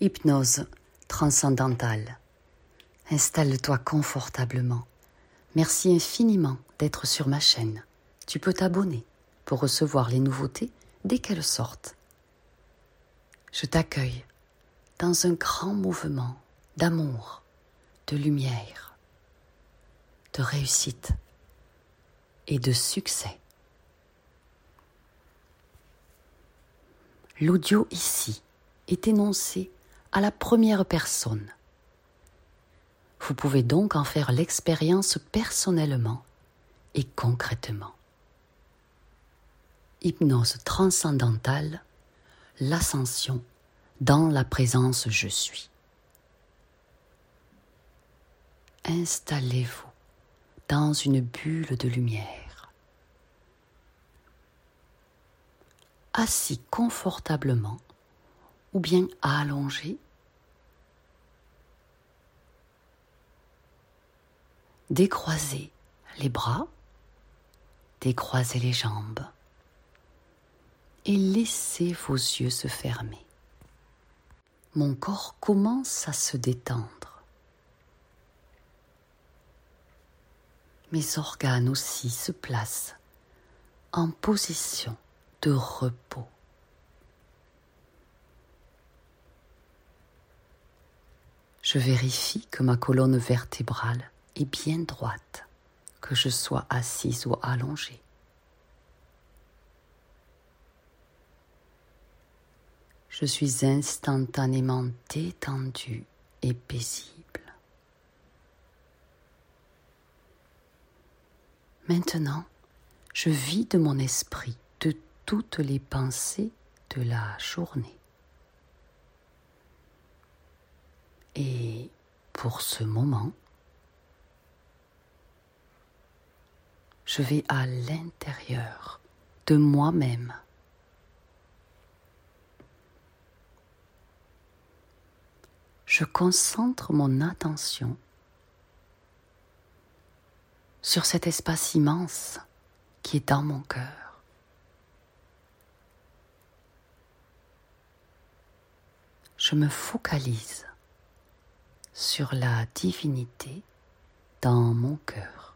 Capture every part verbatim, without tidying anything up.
Hypnose transcendantale. Installe-toi confortablement. Merci infiniment d'être sur ma chaîne. Tu peux t'abonner pour recevoir les nouveautés dès qu'elles sortent. Je t'accueille dans un grand mouvement d'amour, de lumière, de réussite et de succès. L'audio ici est énoncé à la première personne. Vous pouvez donc en faire l'expérience personnellement et concrètement. Hypnose transcendantale, l'ascension dans la présence je suis. Installez-vous dans une bulle de lumière. Assis confortablement ou bien allongé. Décroisez les bras, décroisez les jambes et laissez vos yeux se fermer. Mon corps commence à se détendre. Mes organes aussi se placent en position de repos. Je vérifie que ma colonne vertébrale est bien droite, que je sois assise ou allongée. Je suis instantanément détendue et paisible. Maintenant, je vide mon esprit de toutes les pensées de la journée. Et pour ce moment, je vais à l'intérieur de moi-même. Je concentre mon attention sur cet espace immense qui est dans mon cœur. Je me focalise sur la divinité dans mon cœur.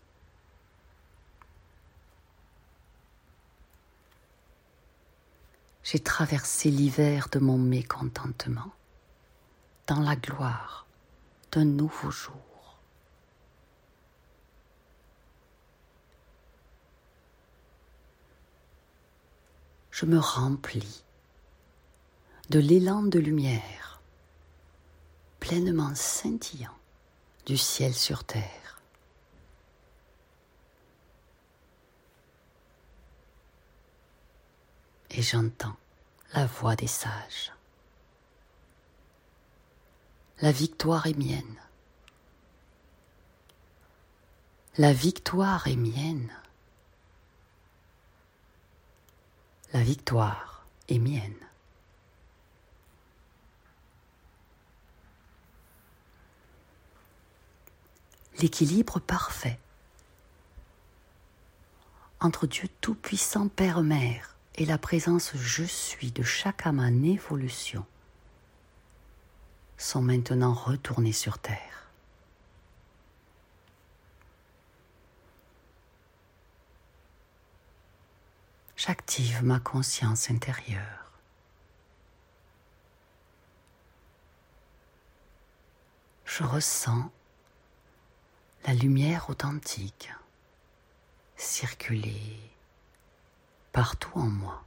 J'ai traversé l'hiver de mon mécontentement dans la gloire d'un nouveau jour. Je me remplis de l'élan de lumière pleinement scintillant du ciel sur terre. Et j'entends la voix des sages. La victoire est mienne. La victoire est mienne. La victoire est mienne. L'équilibre parfait entre Dieu Tout-Puissant Père-Mère et la présence je suis de chaque âme en évolution sont maintenant retournés sur terre. J'active ma conscience intérieure. Je ressens la lumière authentique circuler partout en moi.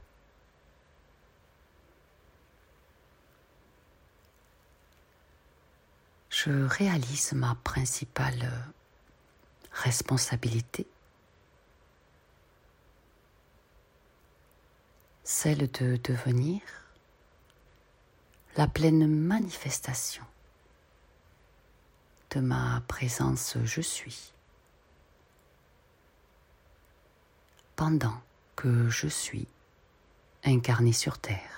Je réalise ma principale responsabilité, celle de devenir la pleine manifestation de ma présence je suis, pendant que je suis incarné sur terre.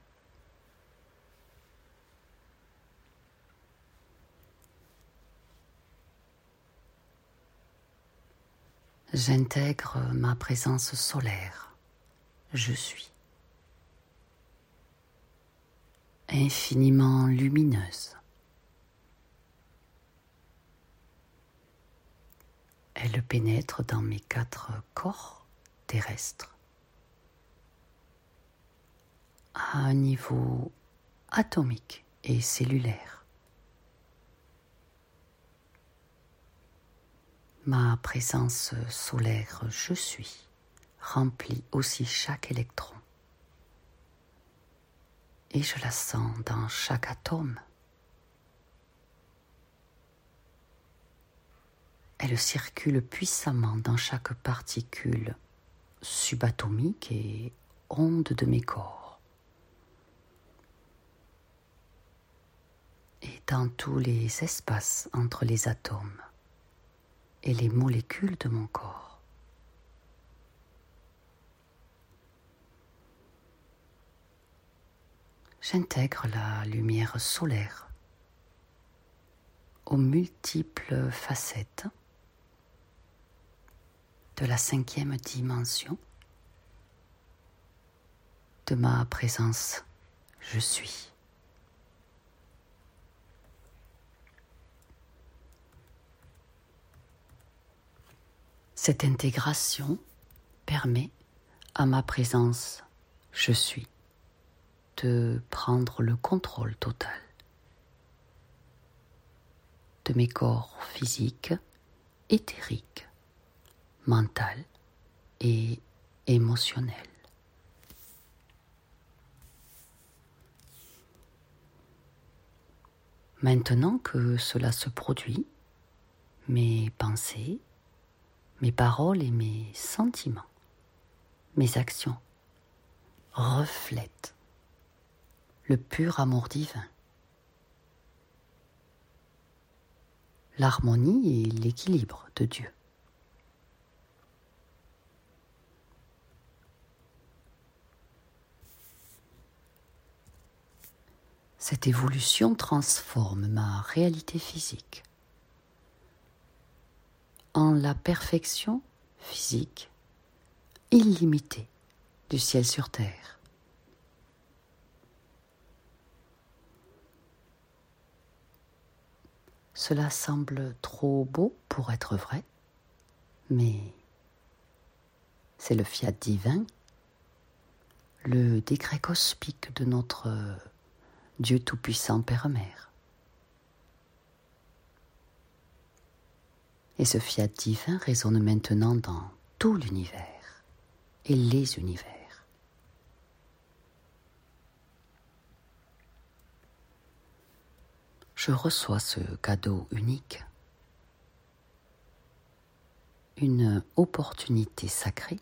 J'intègre ma présence solaire, je suis. infiniment lumineuse. Elle pénètre dans mes quatre corps terrestres à un niveau atomique et cellulaire. Ma présence solaire je suis remplit aussi chaque électron et je la sens dans chaque atome. Elle circule puissamment dans chaque particule subatomique et onde de mes corps. Et dans tous les espaces entre les atomes et les molécules de mon corps. J'intègre la lumière solaire aux multiples facettes de la cinquième dimension de ma présence je suis. Cette intégration permet à ma présence je suis de prendre le contrôle total de mes corps physiques, éthériques, mental et émotionnel. Maintenant que cela se produit, mes pensées, mes paroles et mes sentiments, mes actions reflètent le pur amour divin, l'harmonie et l'équilibre de Dieu. Cette évolution transforme ma réalité physique en la perfection physique illimitée du ciel sur terre. Cela semble trop beau pour être vrai, mais c'est le fiat divin, le décret cosmique de notre Dieu Tout-Puissant Père-Mère. Et ce fiat divin résonne maintenant dans tout l'univers et les univers. Je reçois ce cadeau unique, une opportunité sacrée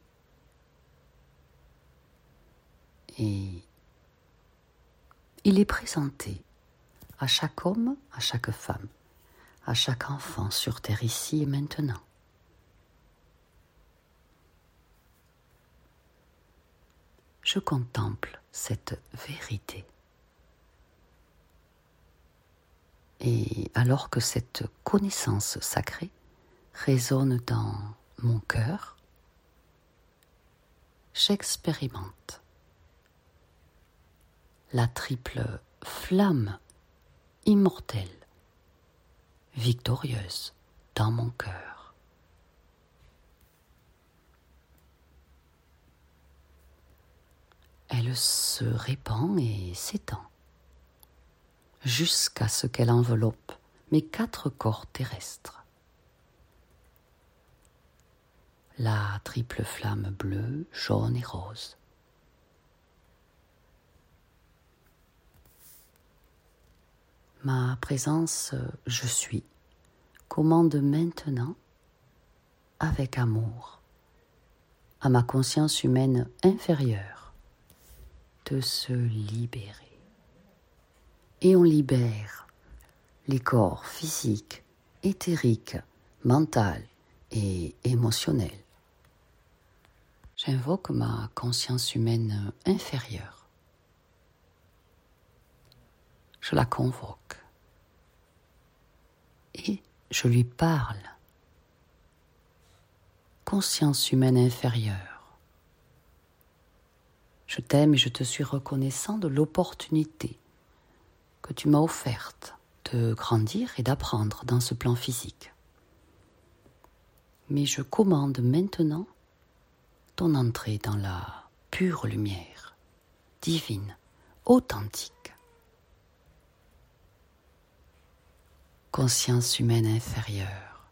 et il est présenté à chaque homme, à chaque femme, à chaque enfant sur terre ici et maintenant. Je contemple cette vérité. Et alors que cette connaissance sacrée résonne dans mon cœur, j'expérimente la triple flamme immortelle, victorieuse dans mon cœur. Elle se répand et s'étend jusqu'à ce qu'elle enveloppe mes quatre corps terrestres. La triple flamme bleue, jaune et rose. Ma présence, je suis, commande maintenant, avec amour, à ma conscience humaine inférieure, de se libérer. Et on libère les corps physiques, éthériques, mentaux et émotionnels. J'invoque ma conscience humaine inférieure. Je la convoque et je lui parle. Conscience humaine inférieure, je t'aime et je te suis reconnaissant de l'opportunité que tu m'as offerte de grandir et d'apprendre dans ce plan physique. Mais je commande maintenant ton entrée dans la pure lumière, divine, authentique. Conscience humaine inférieure,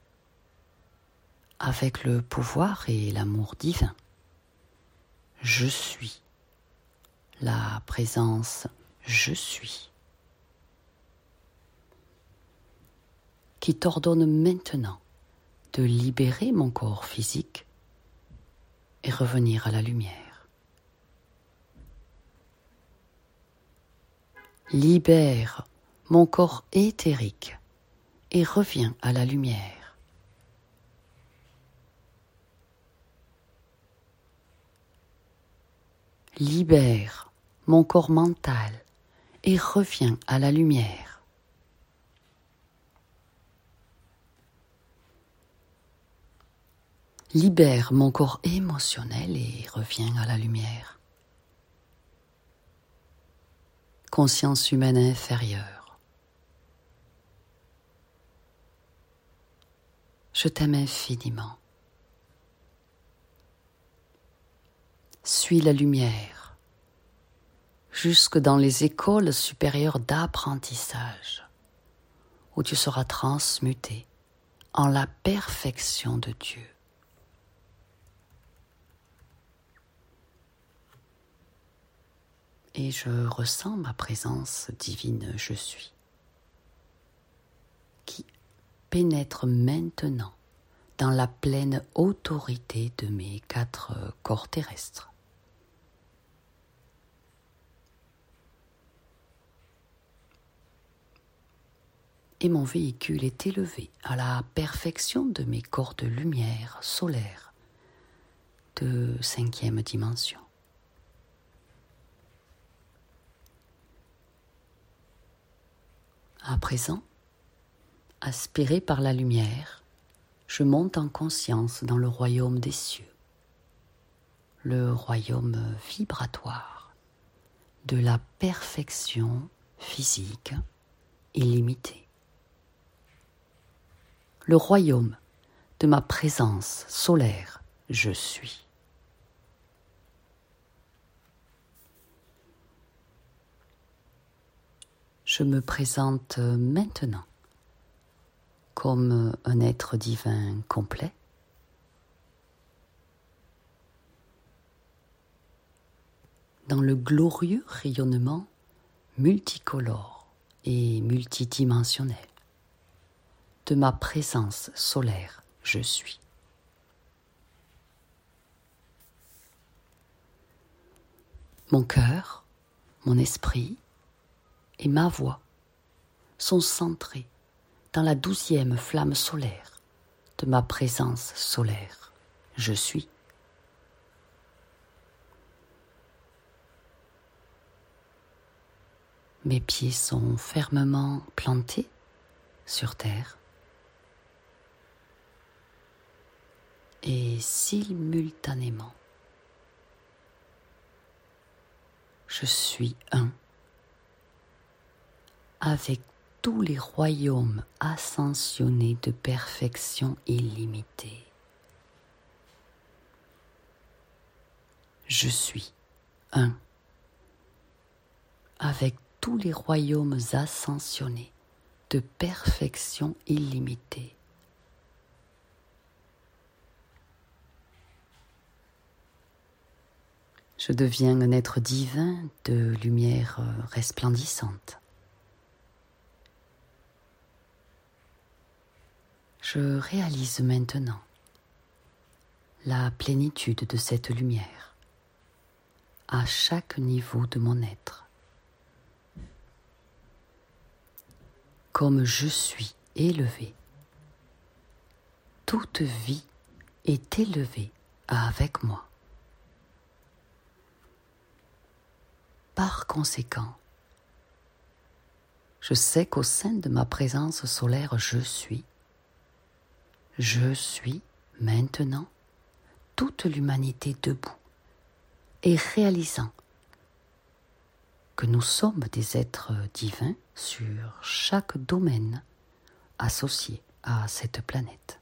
avec le pouvoir et l'amour divin. Je suis, la présence je suis, qui t'ordonne maintenant de libérer mon corps physique et revenir à la lumière. Libère mon corps éthérique et reviens à la lumière. Libère mon corps mental et reviens à la lumière. Libère mon corps émotionnel et reviens à la lumière. Conscience humaine inférieure. Je t'aime infiniment. Suis la lumière jusque dans les écoles supérieures d'apprentissage où tu seras transmuté en la perfection de Dieu. Et je ressens ma présence divine je suis, qui pénètre maintenant dans la pleine autorité de mes quatre corps terrestres. Et mon véhicule est élevé à la perfection de mes corps de lumière solaire de cinquième dimension. À présent, aspiré par la lumière, je monte en conscience dans le royaume des cieux, le royaume vibratoire de la perfection physique illimitée, le royaume de ma présence solaire je suis. Je me présente maintenant comme un être divin complet, dans le glorieux rayonnement multicolore et multidimensionnel de ma présence solaire je suis. Mon cœur, mon esprit et ma voix sont centrés dans la douzième flamme solaire de ma présence solaire je suis. Mes pieds sont fermement plantés sur terre et simultanément, je suis un avec tous les royaumes ascensionnés de perfection illimitée. Je suis un avec tous les royaumes ascensionnés de perfection illimitée. Je deviens un être divin de lumière resplendissante. Je réalise maintenant la plénitude de cette lumière à chaque niveau de mon être. Comme je suis élevé, toute vie est élevée avec moi. Par conséquent, je sais qu'au sein de ma présence solaire je suis, je suis maintenant toute l'humanité debout et réalisant que nous sommes des êtres divins sur chaque domaine associé à cette planète.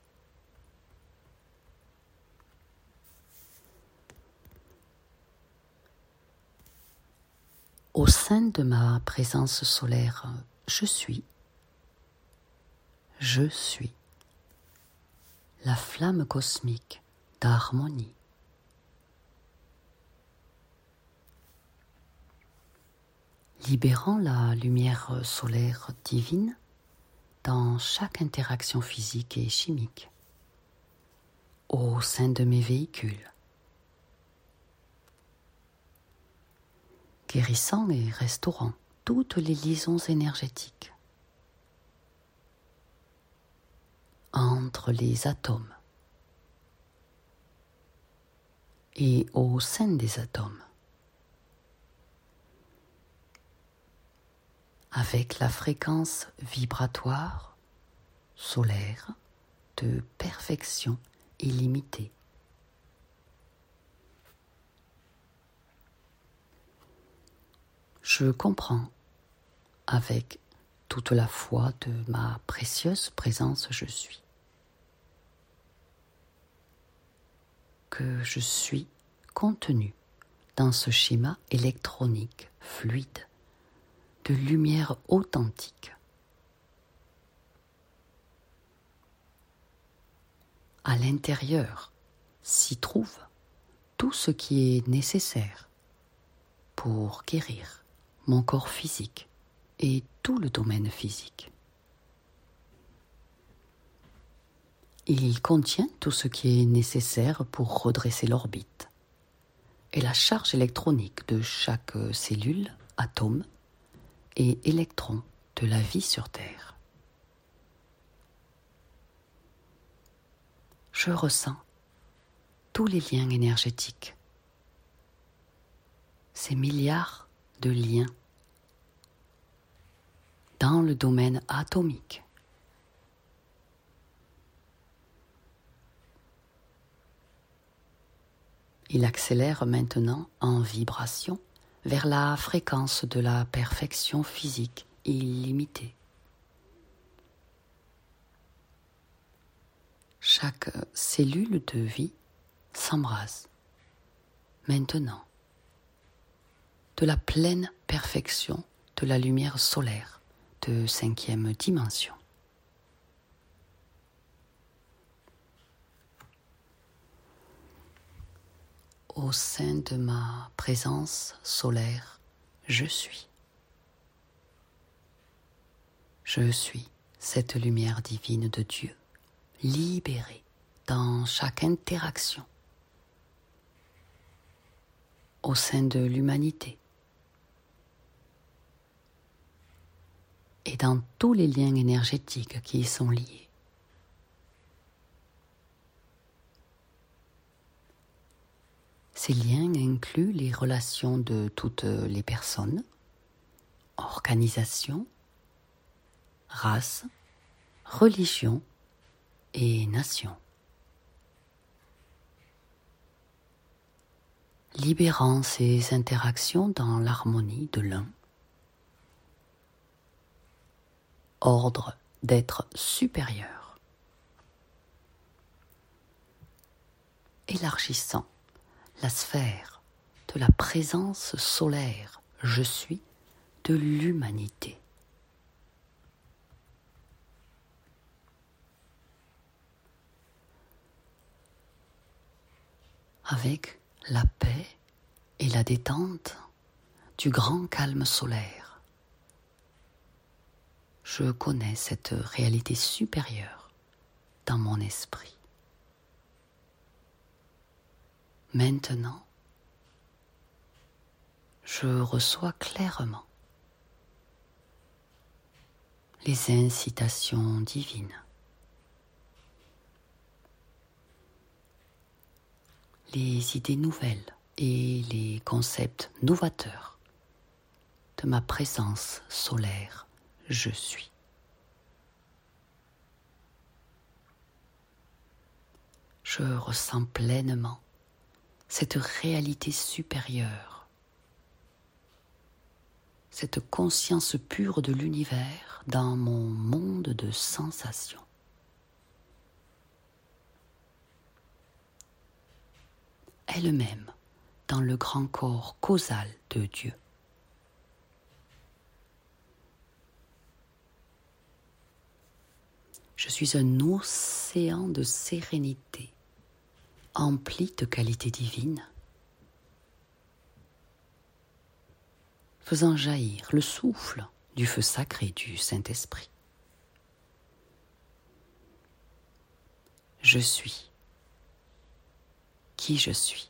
Au sein de ma présence solaire, je suis, je suis la flamme cosmique d'harmonie. Libérant la lumière solaire divine dans chaque interaction physique et chimique, au sein de mes véhicules, guérissant et restaurant toutes les liaisons énergétiques entre les atomes et au sein des atomes, avec la fréquence vibratoire solaire de perfection illimitée. Je comprends avec toute la foi de ma précieuse présence je suis que je suis contenu dans ce schéma électronique fluide de lumière authentique. À l'intérieur s'y trouve tout ce qui est nécessaire pour guérir mon corps physique et tout le domaine physique. Il contient tout ce qui est nécessaire pour redresser l'orbite et la charge électronique de chaque cellule, atome et électron de la vie sur Terre. Je ressens tous les liens énergétiques, ces milliards de liens dans le domaine atomique. Il accélère maintenant en vibration vers la fréquence de la perfection physique illimitée. Chaque cellule de vie s'embrase maintenant de la pleine perfection de la lumière solaire de cinquième dimension. Au sein de ma présence solaire, je suis. Je suis cette lumière divine de Dieu, libérée dans chaque interaction au sein de l'humanité et dans tous les liens énergétiques qui y sont liés. Ces liens incluent les relations de toutes les personnes, organisations, races, religions et nations. Libérant ces interactions dans l'harmonie de l'un, ordre d'être supérieur, élargissant la sphère de la présence solaire je suis de l'humanité. Avec la paix et la détente du grand calme solaire, je connais cette réalité supérieure dans mon esprit. Maintenant, je reçois clairement les incitations divines, les idées nouvelles et les concepts novateurs de ma présence solaire, je suis. Je ressens pleinement cette réalité supérieure cette conscience pure de l'univers dans mon monde de sensations. Elle-même dans le grand corps causal de Dieu. Je suis un océan de sérénité, empli de qualités divines, faisant jaillir le souffle du feu sacré du Saint-Esprit. Je suis qui je suis.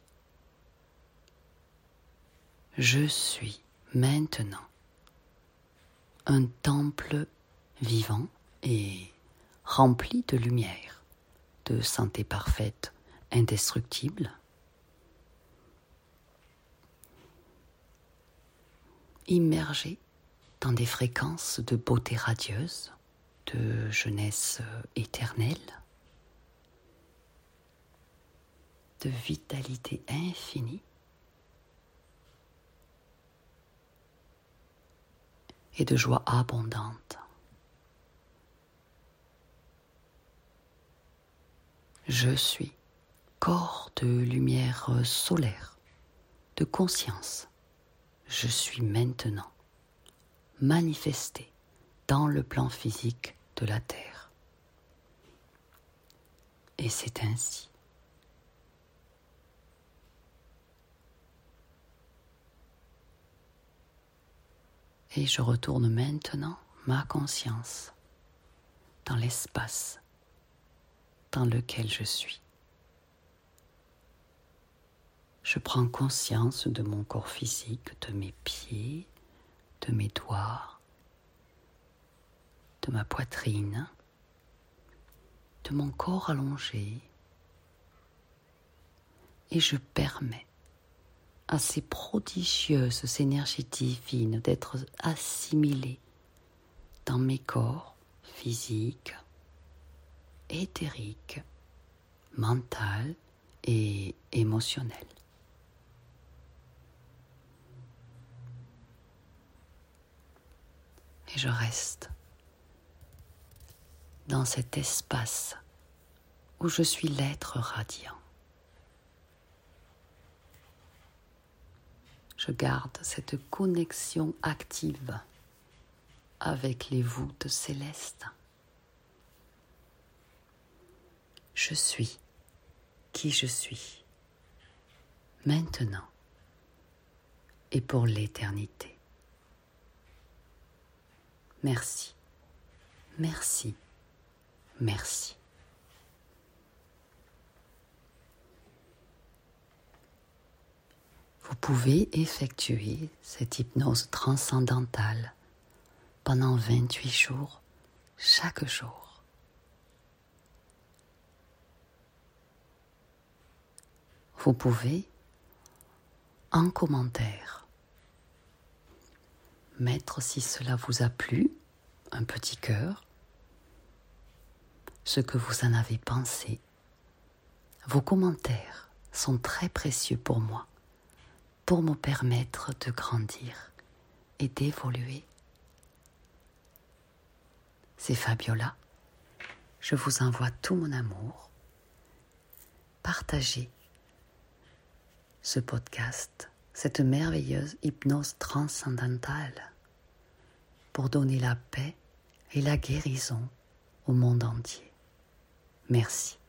Je suis maintenant un temple vivant et rempli de lumière, de santé parfaite, indestructible, immergé dans des fréquences de beauté radieuse, de jeunesse éternelle, de vitalité infinie, et de joie abondante. Je suis corps de lumière solaire, de conscience. Je suis maintenant manifesté dans le plan physique de la Terre. Et c'est ainsi. Et je retourne maintenant ma conscience dans l'espace dans lequel je suis. Je prends conscience de mon corps physique, de mes pieds, de mes doigts, de ma poitrine, de mon corps allongé, et je permets à ces prodigieuses énergies divines d'être assimilées dans mes corps physiques, éthériques, mentaux et émotionnels. Et je reste dans cet espace où je suis l'être radiant. Je garde cette connexion active avec les voûtes célestes. Je suis qui je suis, maintenant et pour l'éternité. Merci, merci, merci. Vous pouvez effectuer cette hypnose transcendantale pendant vingt-huit jours, chaque jour. Vous pouvez, en commentaire, mettre, si cela vous a plu, un petit cœur, ce que vous en avez pensé. Vos commentaires sont très précieux pour moi, pour me permettre de grandir et d'évoluer. C'est Fabiola. Je vous envoie tout mon amour. Partagez ce podcast, cette merveilleuse hypnose transcendantale pour donner la paix et la guérison au monde entier. Merci.